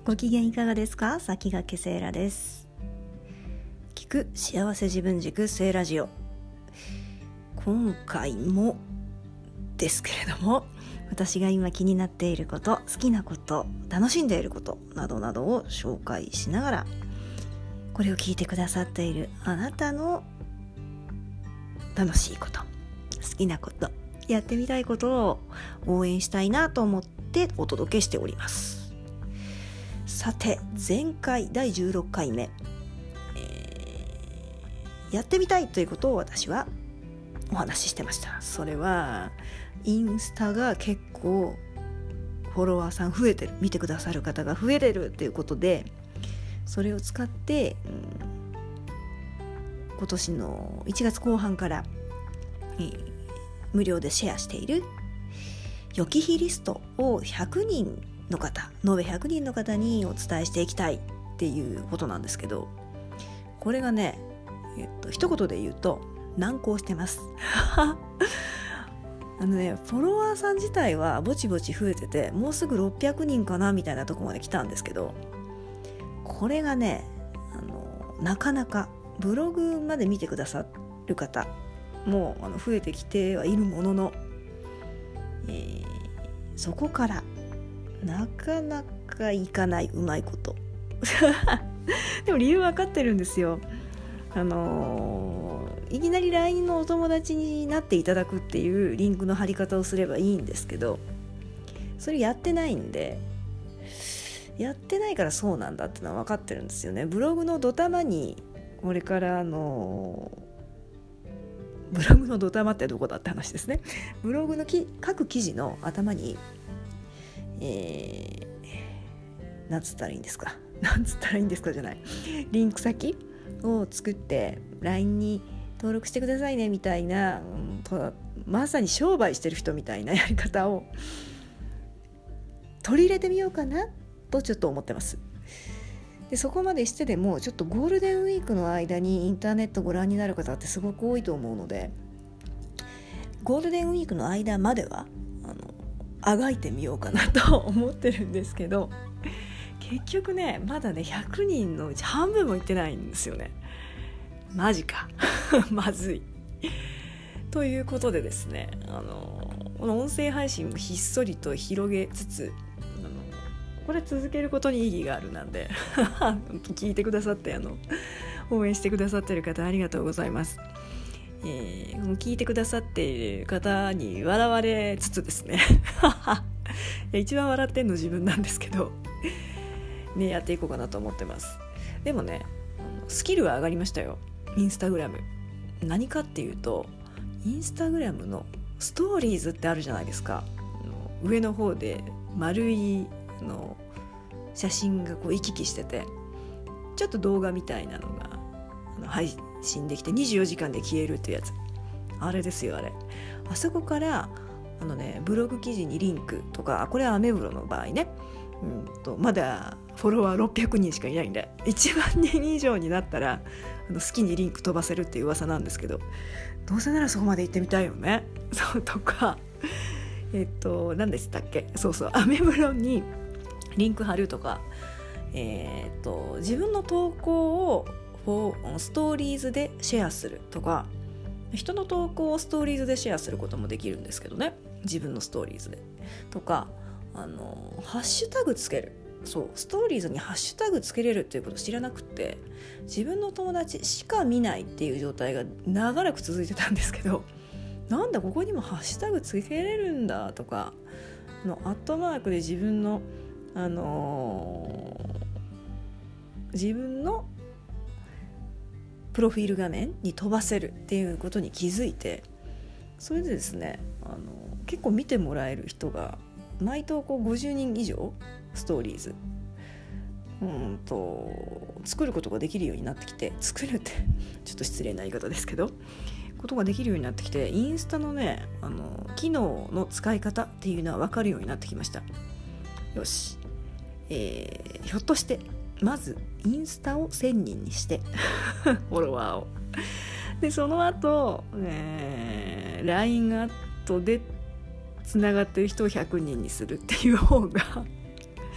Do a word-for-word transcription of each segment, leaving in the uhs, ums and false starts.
ご機嫌いかがですか？先駆けセーラです。聞く幸せ自分軸セーラジオ。今回もですけれども、私が今気になっていること、好きなこと、楽しんでいることなどなどを紹介しながら、これを聞いてくださっているあなたの楽しいこと、好きなこと、やってみたいことを応援したいなと思ってお届けしております。さて、前回だいじゅうろっかいめ、えー、やってみたいということを私はお話ししてました。それはインスタが結構フォロワーさん増えてる、見てくださる方が増えてるということで、それを使って、うん、今年のいちがつこう半から、えー、無料でシェアしている予期日リストをひゃくにんの方、延べひゃくにんの方にお伝えしていきたいっていうことなんですけど、これがね、えっと、一言で言うと難航してますあのね、フォロワーさん自体はぼちぼち増えてて、もうすぐろっぴゃくにんかなみたいなところまで来たんですけど、これがね、あのなかなかブログまで見てくださる方もあの増えてきてはいるものの、えー、そこからなかなかいかない、うまいことでも理由分かってるんですよ。あのー、いきなり ライン のお友達になっていただくっていうリンクの貼り方をすればいいんですけど、それやってないんで、やってないからそうなんだってのは分かってるんですよね。ブログのドタマにこれからあのー、ブログのドタマってどこだって話ですね。ブログのき各記事の頭にえー、なんつったらいいんですかなんつったらいいんですかじゃないリンク先を作って ライン に登録してくださいねみたいな、うん、まさに商売してる人みたいなやり方を取り入れてみようかなとちょっと思ってます。でそこまでしてでもちょっとゴールデンウィークの間にインターネットご覧になる方ってすごく多いと思うので、ゴールデンウィークの間まではあのあがいてみようかなと思ってるんですけど、結局ねまだねひゃくにんのうち半分もいってないんですよね。マジかまずいということでですね、あのこの音声配信もひっそりと広げつつ、あのこれ続けることに意義があるなんで聞いてくださってあの応援してくださってる方ありがとうございます。えー、聞いてくださっている方に笑われつつですねいや一番笑ってんの自分なんですけどね、やっていこうかなと思ってます。でもね、スキルは上がりましたよ。インスタグラム何かっていうと、インスタグラムのストーリーズってあるじゃないですか。上の方で丸いの写真がこう行き来してて、ちょっと動画みたいなのが配信できてにじゅうよじかんで消えるっていうやつ、あれですよ。あれあそこからあのねブログ記事にリンクとか、これはアメブロの場合ね、うんとまだフォロワーろっぴゃくにんしかいないんで、いちまんにん以上になったらあの好きにリンク飛ばせるっていう噂なんですけど、どうせならそこまで行ってみたいよね。そうとかえっと何でしたっけ、そうそうアメブロにリンク貼るとか、えー、っと自分の投稿をストーリーズでシェアするとか、人の投稿をストーリーズでシェアすることもできるんですけどね、自分のストーリーズでとか、あのハッシュタグつける、そうストーリーズにハッシュタグつけれるっていうことを知らなくて、自分の友達しか見ないっていう状態が長らく続いてたんですけど、なんだここにもハッシュタグつけれるんだとか、のアットマークで自分のあのー、自分のプロフィール画面に飛ばせるっていうことに気づいて、それでですね、あの結構見てもらえる人が毎投稿ごじゅうにん以上ストーリーズうんと作ることができるようになってきて、作るってちょっと失礼な言い方ですけど、ことができるようになってきて、インスタのねあの機能の使い方っていうのは分かるようになってきました。よし、えー、ひょっとしてまずインスタをせんにんにしてフォロワーをで、その後、えー、ライン アットでつながってる人をひゃくにんにするっていう方が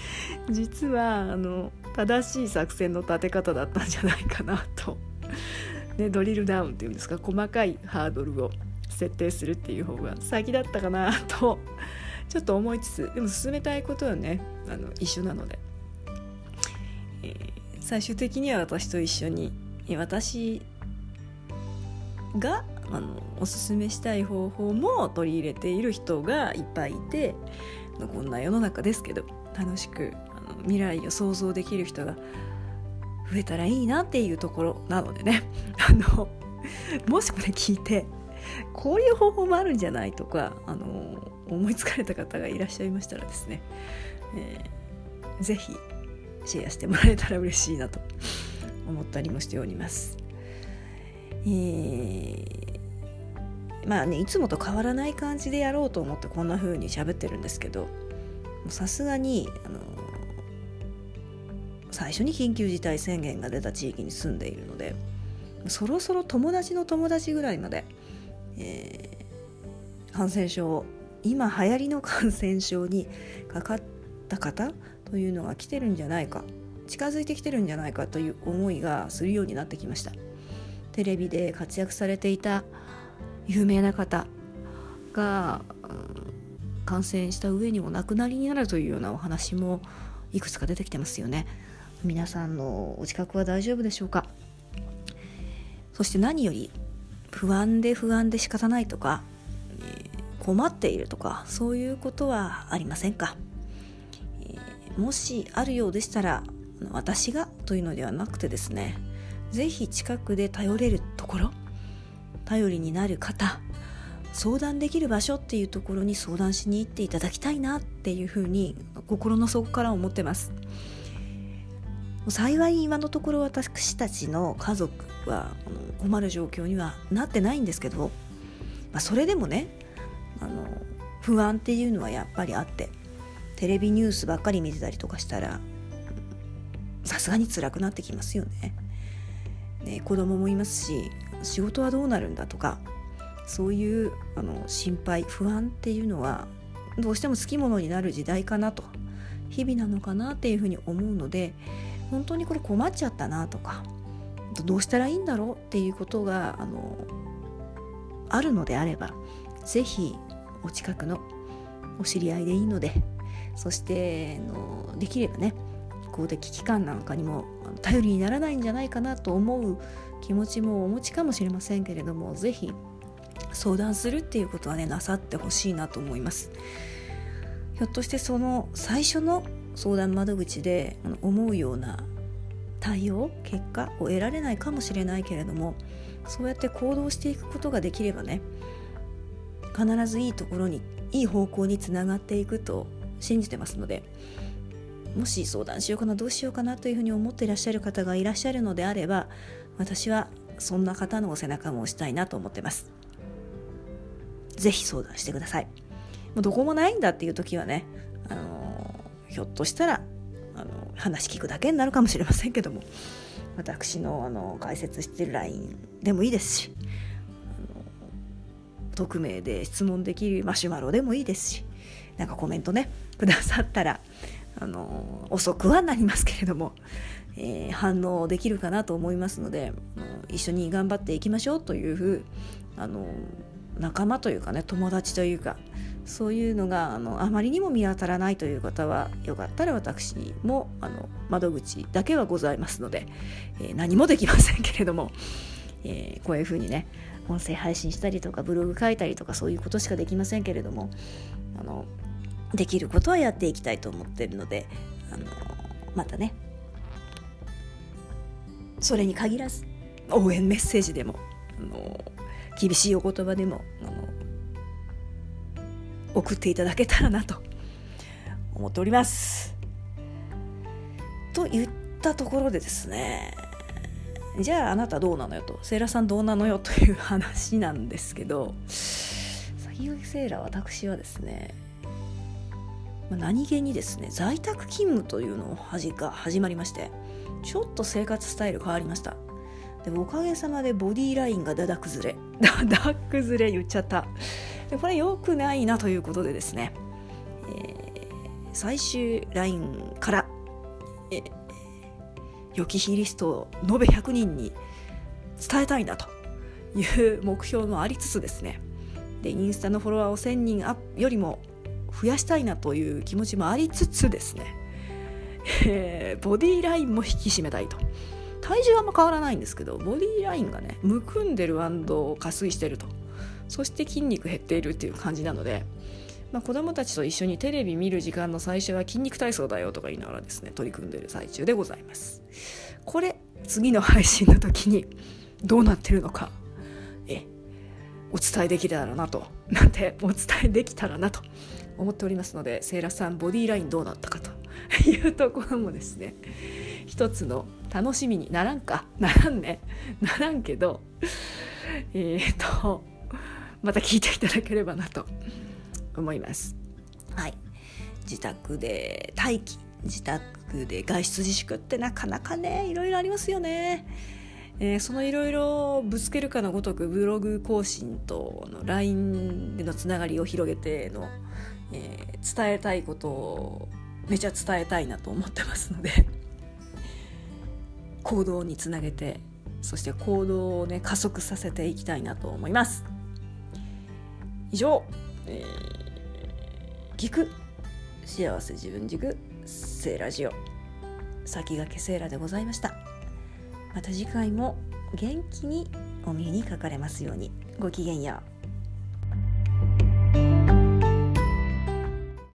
実はあの正しい作戦の立て方だったんじゃないかなと、ね、ドリルダウンっていうんですか、細かいハードルを設定するっていう方が先だったかなとちょっと思いつつ、でも進めたいことはねあの一緒なので、えー、最終的には私と一緒に私があのおすすめしたい方法も取り入れている人がいっぱいいて、こんな世の中ですけど楽しくあの未来を想像できる人が増えたらいいなっていうところなのでね、あのもしこれ聞いてこういう方法もあるんじゃないとかあの思いつかれた方がいらっしゃいましたらですね、えー、ぜひシェアしてもらえたら嬉しいなと思ったりもしております。えー、まあねいつもと変わらない感じでやろうと思ってこんな風に喋ってるんですけど、さすがにあの最初に緊急事態宣言が出た地域に住んでいるので、そろそろ友達の友達ぐらいまで、えー、感染症今流行りの感染症にかかった方というのが来てるんじゃないか、近づいてきてるんじゃないかという思いがするようになってきました。テレビで活躍されていた有名な方が、うん、感染した上にも亡くなりになるというようなお話もいくつか出てきてますよね。皆さんのお近くは大丈夫でしょうか。そして何より不安で不安で仕方ないとか、えー、困っているとかそういうことはありませんか。えー、もしあるようでしたら私がというのではなくてですね、ぜひ近くで頼れるところ、頼りになる方、相談できる場所っていうところに相談しに行っていただきたいなっていうふうに心の底から思ってます。幸い今のところ私たちの家族は困る状況にはなってないんですけど、まあ、それでもねあの不安っていうのはやっぱりあって、テレビニュースばっかり見てたりとかしたらさすがに辛くなってきますよね。ね、子供もいますし、仕事はどうなるんだとか、そういうあの心配不安っていうのはどうしてもつきものになる時代かなと、日々なのかなっていうふうに思うので、本当にこれ困っちゃったなとかどうしたらいいんだろうっていうことがあのあるのであれば、ぜひお近くのお知り合いでいいので、そしてのできればね公的機関なんかにも頼りにならないんじゃないかなと思う気持ちもお持ちかもしれませんけれども、ぜひ相談するっていうことはねなさってほしいなと思います。ひょっとしてその最初の相談窓口で思うような対応結果を得られないかもしれないけれども、そうやって行動していくことができればね、必ずいいところにいい方向につながっていくと信じてますので、もし相談しようかなどうしようかなというふうに思っていらっしゃる方がいらっしゃるのであれば、私はそんな方のお背中も押したいなと思ってます。ぜひ相談してください。もうどこもないんだっていう時はね、あのー、ひょっとしたらあの話聞くだけになるかもしれませんけども、私の、あの解説している ライン でもいいですし、あの匿名で質問できるマシュマロでもいいですし、なんかコメントねくださったらあの遅くはなりますけれども、えー、反応できるかなと思いますので、一緒に頑張っていきましょうというふうあの仲間というかね友達というか、そういうのがあのあまりにも見当たらないという方は、よかったら私もあの窓口だけはございますので、えー、何もできませんけれども、えー、こういうふうにね音声配信したりとかブログ書いたりとかそういうことしかできませんけれども、あのできることはやっていきたいと思っているので、あのまたねそれに限らず応援メッセージでもあの厳しいお言葉でもあの送っていただけたらなと思っております。と言ったところでですね、じゃああなたどうなのよと、セーラさんどうなのよという話なんですけど、先駆けセーラ私はですね、何気にですね在宅勤務というのが始まりまして、ちょっと生活スタイル変わりました。でおかげさまでボディラインがだだ崩れだだ崩れ言っちゃったでこれ良くないなということでですね、えー、最終ラインからえー、予期比リストを延べひゃくにんに伝えたいなという目標もありつつですね、でインスタのフォロワーをせんにんアップよりも増やしたいなという気持ちもありつつですね、えー、ボディラインも引き締めたいと。体重はあんま変わらないんですけど、ボディラインがねむくんでる&下垂してると、そして筋肉減っているっていう感じなので、まあ、子供たちと一緒にテレビ見る時間の最初は筋肉体操だよとか言いながらですね取り組んでいる最中でございます。これ次の配信の時にどうなってるのかえお伝えできたらなとなんてお伝えできたらなと思っておりますので、セイラさんボディラインどうなったかというところもですね一つの楽しみにならんかならんねならんけどえー、っとまた聞いていただければなと思います。はい、自宅で待機、自宅で外出自粛ってなかなかねいろいろありますよね。えー、そのいろいろぶつけるかのごとくブログ更新との ライン でのつながりを広げての、えー、伝えたいことをめちゃ伝えたいなと思ってますので行動につなげて、そして行動をね加速させていきたいなと思います。以上、えー、聞く幸せ自分軸セイラジオ先駆けセイラでございました。また次回も元気にお耳にかかれますように。ごきげんよう。